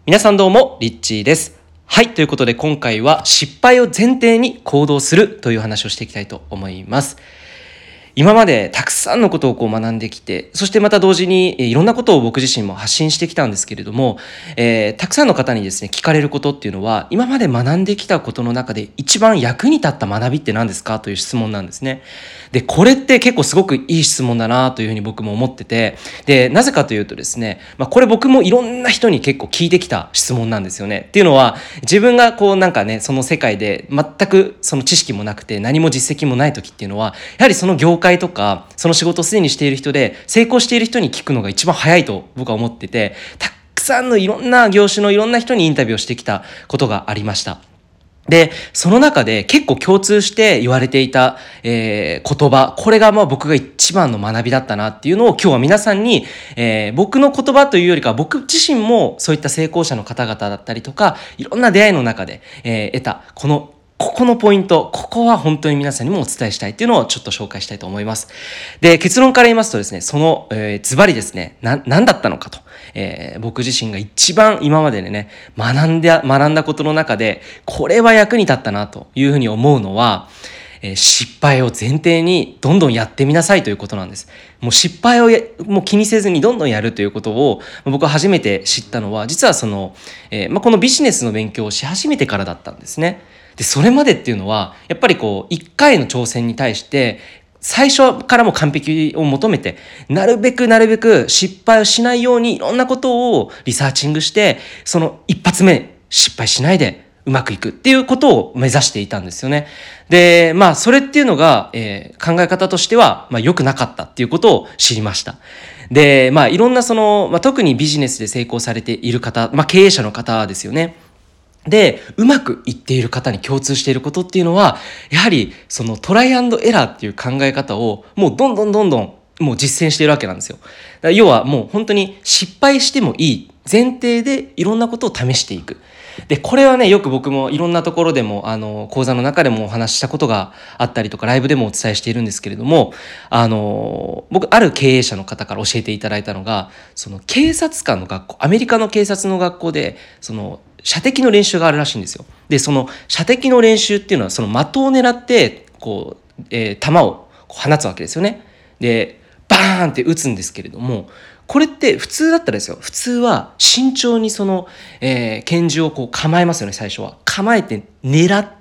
皆さんどうも、リッチーです。はい、ということで今回は失敗を前提に行動するという話をしていきたいと思います。今までたくさんのことを学んできて、そしてまた同時にいろんなことを僕自身も発信してきたんですけれども、たくさんの方にですね、聞かれることっていうのは、今まで学んできたことの中で一番役に立った学びって何ですかという質問なんですね。で、これって結構すごくいい質問だなというふうに僕も思ってて、で、なぜかというとですね、これ僕もいろんな人に結構聞いてきた質問なんですよね。っていうのは、自分がその世界で全くその知識もなくて何も実績もない時っていうのは、やはりその業界とかその仕事をすでにしている人で成功している人に聞くのが一番早いと僕は思ってて、たくさんのいろんな業種のいろんな人にインタビューをしてきたことがありました。で、その中で結構共通して言われていた、言葉、これが僕が一番の学びだったなっていうのを今日は皆さんに、僕の言葉というよりか僕自身もそういった成功者の方々だったりとか、いろんな出会いの中で、得たここのポイント、ここは本当に皆さんにもお伝えしたいっていうのをちょっと紹介したいと思います。で、結論から言いますとですね、ズバリですね、何だったのかと。僕自身が一番今まででね、学んだことの中で、これは役に立ったなというふうに思うのは、失敗を前提にどんどんやってみなさいということなんです。もう失敗をもう気にせずにどんどんやるということを僕は初めて知ったのは、実はこのビジネスの勉強をし始めてからだったんですね。で、それまでっていうのは、やっぱり一回の挑戦に対して、最初からも完璧を求めて、なるべく失敗をしないようにいろんなことをリサーチングして、その一発目失敗しないでうまくいくっていうことを目指していたんですよね。で、それっていうのが、考え方としては、良くなかったっていうことを知りました。で、いろんな特にビジネスで成功されている方、経営者の方ですよね。で、うまくいっている方に共通していることっていうのは、やはりそのトライアンドエラーっていう考え方をもうどんどんもう実践しているわけなんですよ。だから要はもう本当に失敗してもいい前提でいろんなことを試していく。で、これはね、よく僕もいろんなところでも、講座の中でもお話ししたことがあったりとか、ライブでもお伝えしているんですけれども、僕、ある経営者の方から教えていただいたのが、その警察官の学校、アメリカの警察の学校で、射的の練習があるらしいんですよ。で、その射的の練習っていうのは、その的を狙って、弾を放つわけですよね。で、バーンって撃つんですけれども、これって普通だったらですよ。普通は慎重に拳銃を構えますよね、最初は。構えて狙って、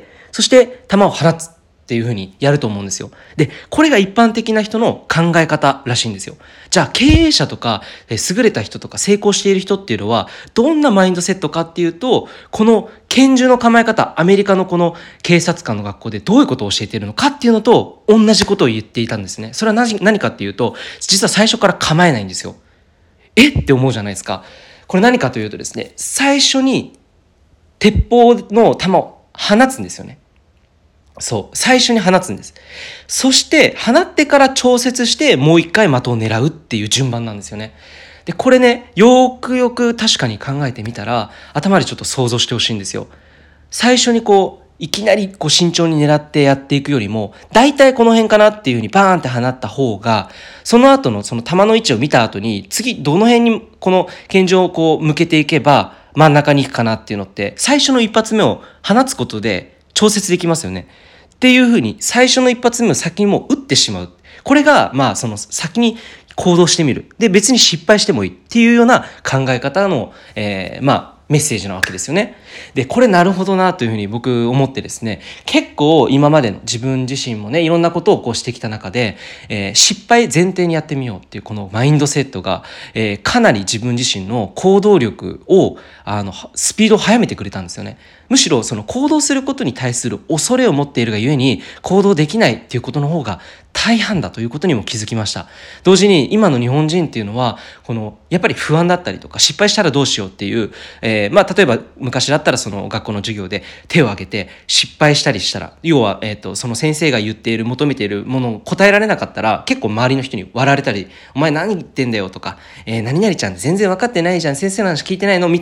そして弾を放つっていう風にやると思うんですよ。で、これが一般的な人の考え方らしいんですよ。じゃあ経営者とか優れた人とか成功している人っていうのはどんなマインドセットかっていうと、この拳銃の構え方、アメリカのこの警察官の学校でどういうことを教えているのかっていうのと同じことを言っていたんですね。それは何かっていうと、実は最初から構えないんですよ。って思うじゃないですか。これ何かというとですね、最初に鉄砲の弾を放つんですよね。そう、最初に放つんです。そして放ってから調節してもう一回的を狙うっていう順番なんですよね。で、これね、よくよく確かに考えてみたら、頭でちょっと想像してほしいんですよ。最初にいきなり慎重に狙ってやっていくよりも、大体この辺かなっていう風にバーンって放った方が、その後のその弾の位置を見た後に、次どの辺にこの拳銃を向けていけば真ん中に行くかなっていうのって、最初の一発目を放つことで調節できますよね。っていう風に、最初の一発目を先にもう撃ってしまう。これが、その先に行動してみる。で、別に失敗してもいいっていうような考え方の、メッセージなわけですよね。で、これなるほどなというふうに僕思ってですね、結構今までの自分自身もね、いろんなことをしてきた中で、失敗前提にやってみようっていうこのマインドセットが、かなり自分自身の行動力を、スピードを速めてくれたんですよね。むしろその行動することに対する恐れを持っているがゆえに行動できないっていうことの方が大半だということにも気づきました。同時に今の日本人っていうのはやっぱり不安だったりとか失敗したらどうしようっていう、例えば昔だったらその学校の授業で手を挙げて失敗したりしたら、要は、その先生が言っている求めているものを答えられなかったら結構周りの人に笑われたり、お前何言ってんだよとか、何々ちゃん全然分かってないじゃん、先生の話聞いてないのみたいな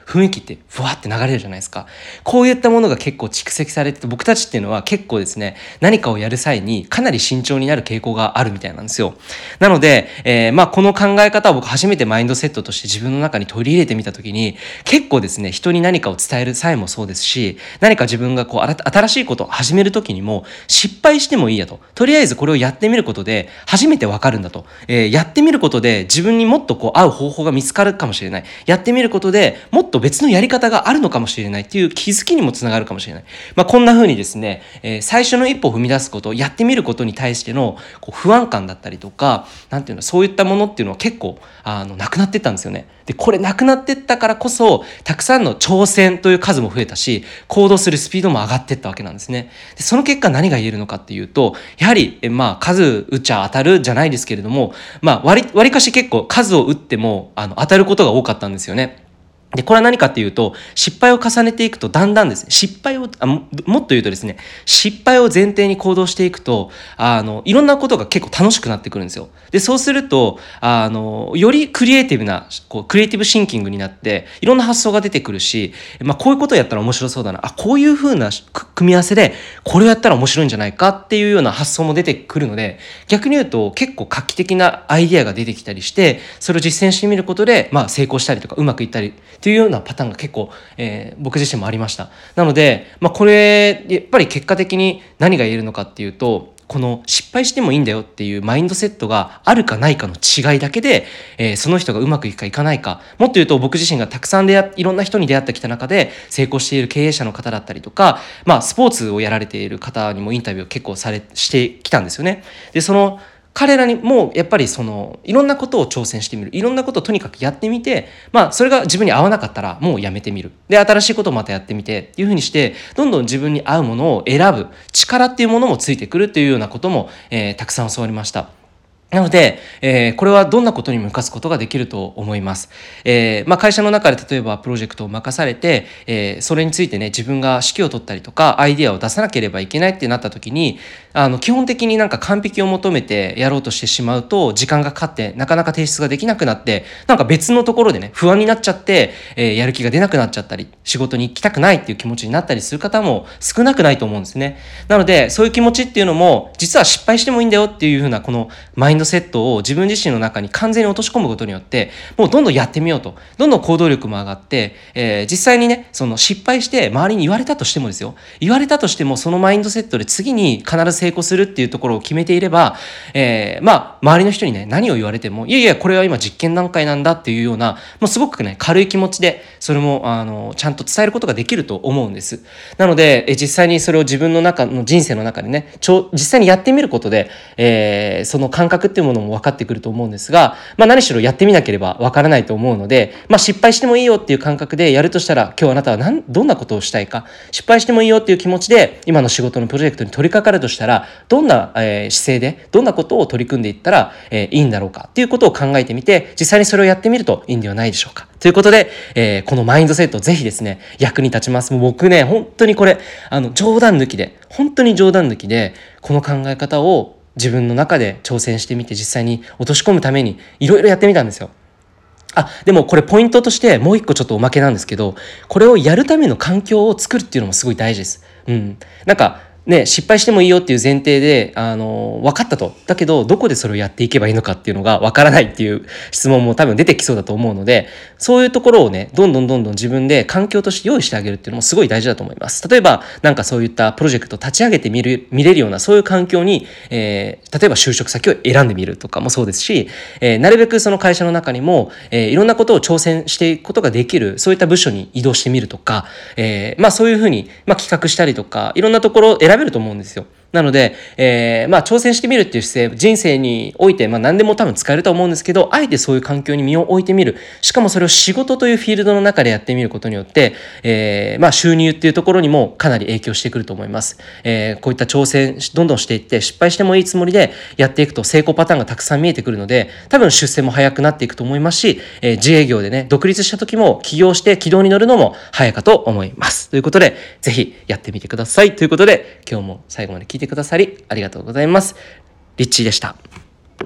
雰囲気ってふわって流れるじゃないですか。こういったものが結構蓄積されてて、僕たちっていうのは結構ですね、何かをやる際にかなり慎重になる傾向があるみたいなんですよ。なので、この考え方を僕初めてマインドセットとして自分の中に取り入れてみたときに、結構ですね、人に何かを伝える際もそうですし、何か自分が新しいことを始めるときにも、失敗してもいいやと。とりあえずこれをやってみることで初めてわかるんだと。やってみることで自分にもっと合う方法が見つかるかもしれない。やってみることでもっと別のやり方があるのかもしれないっていう気づきにもつながるかもしれない。こんな風にですね、最初の一歩を踏み出すこと、やってみることに対しての不安感だったりとか、なんていうの、そういったものっていうのは結構なくなっていったんですよね。で、これなくなっていったからこそ、たくさんの挑戦という数も増えたし、行動するスピードも上がっていったわけなんですね。で、その結果何が言えるのかっていうと、やはり数打っちゃ当たるじゃないですけれども、割かし結構数を打っても当たることが多かったんですよね。で、これは何かっていうと、失敗を重ねていくとだんだんですね、もっと言うとですね、失敗を前提に行動していくと、いろんなことが結構楽しくなってくるんですよ。で、そうすると、よりクリエイティブシンキングになって、いろんな発想が出てくるし、こういうことをやったら面白そうだな。こういう風な組み合わせで、これをやったら面白いんじゃないかっていうような発想も出てくるので、逆に言うと結構画期的なアイディアが出てきたりして、それを実践してみることで、成功したりとかうまくいったり、っていうようなパターンが結構、僕自身もありました。なので、これやっぱり結果的に何が言えるのかっていうと、この失敗してもいいんだよっていうマインドセットがあるかないかの違いだけで、その人がうまくいくかいかないか、もっと言うと僕自身がたくさんいろんな人に出会ってきた中で成功している経営者の方だったりとか、スポーツをやられている方にもインタビューを結構してきたんですよね。で、彼らにもやっぱりいろんなことを挑戦してみる。いろんなことをとにかくやってみて、それが自分に合わなかったらもうやめてみる。で、新しいことをまたやってみてっていうふうにして、どんどん自分に合うものを選ぶ力っていうものもついてくるっていうようなことも、たくさん教わりました。なので、これはどんなことにも生かすことができると思います。会社の中で例えばプロジェクトを任されて、それについてね、自分が指揮を取ったりとか、アイディアを出さなければいけないってなった時に、基本的になんか完璧を求めてやろうとしてしまうと、時間がかかって、なかなか提出ができなくなって、なんか別のところでね、不安になっちゃって、やる気が出なくなっちゃったり、仕事に行きたくないっていう気持ちになったりする方も少なくないと思うんですね。なので、そういう気持ちっていうのも、実は失敗してもいいんだよっていうふうな、このマインドセットを自分自身の中に完全に落とし込むことによって、もうどんどんやってみようと、どんどん行動力も上がって、実際にね、失敗して周りに言われたとしてもですよ、言われたとしてもそのマインドセットで次に必ず成功するっていうところを決めていれば、周りの人にね、何を言われても、いやいや、これは今実験段階なんだっていうような、もうすごくね、軽い気持ちで、それも、ちゃんと伝えることができると思うんです。なので、実際にそれを自分の中の人生の中でね、実際にやってみることで、その感覚っていうものも分かってくると思うんですが、何しろやってみなければ分からないと思うので、失敗してもいいよっていう感覚でやるとしたら、今日あなたはどんなことをしたいか、失敗してもいいよっていう気持ちで、今の仕事のプロジェクトに取り掛かるとしたら、どんな、姿勢で、どんなことを取り組んでいったら、いいんだろうかっていうことを考えてみて、実際にそれをやってみるといいんではないでしょうか。ということで、このマインドセットぜひですね、役に立ちます。もう僕ね、本当にこれ、本当に冗談抜きで、この考え方を自分の中で挑戦してみて、実際に落とし込むためにいろいろやってみたんですよ。でもこれポイントとしてもう一個ちょっとおまけなんですけど、これをやるための環境を作るっていうのもすごい大事です。なんかね、失敗してもいいよっていう前提で、分かったと。だけど、どこでそれをやっていけばいいのかっていうのが分からないっていう質問も多分出てきそうだと思うので、そういうところをね、どんどん自分で環境として用意してあげるっていうのもすごい大事だと思います。例えば、なんかそういったプロジェクトを立ち上げて見れるような、そういう環境に、例えば就職先を選んでみるとかもそうですし、なるべくその会社の中にも、いろんなことを挑戦していくことができる、そういった部署に移動してみるとか、そういうふうに、企画したりとか、いろんなところを選べると思うんですよ。なので、挑戦してみるっていう姿勢、人生において、何でも多分使えると思うんですけど、あえてそういう環境に身を置いてみる。しかもそれを仕事というフィールドの中でやってみることによって、収入っていうところにもかなり影響してくると思います。こういった挑戦、どんどんしていって、失敗してもいいつもりでやっていくと成功パターンがたくさん見えてくるので、多分出世も早くなっていくと思いますし、自営業でね、独立した時も起業して軌道に乗るのも早いかと思います。ということで、ぜひやってみてください。ということで、今日も最後まで聞いてくださりありがとうございます。リッチーでした。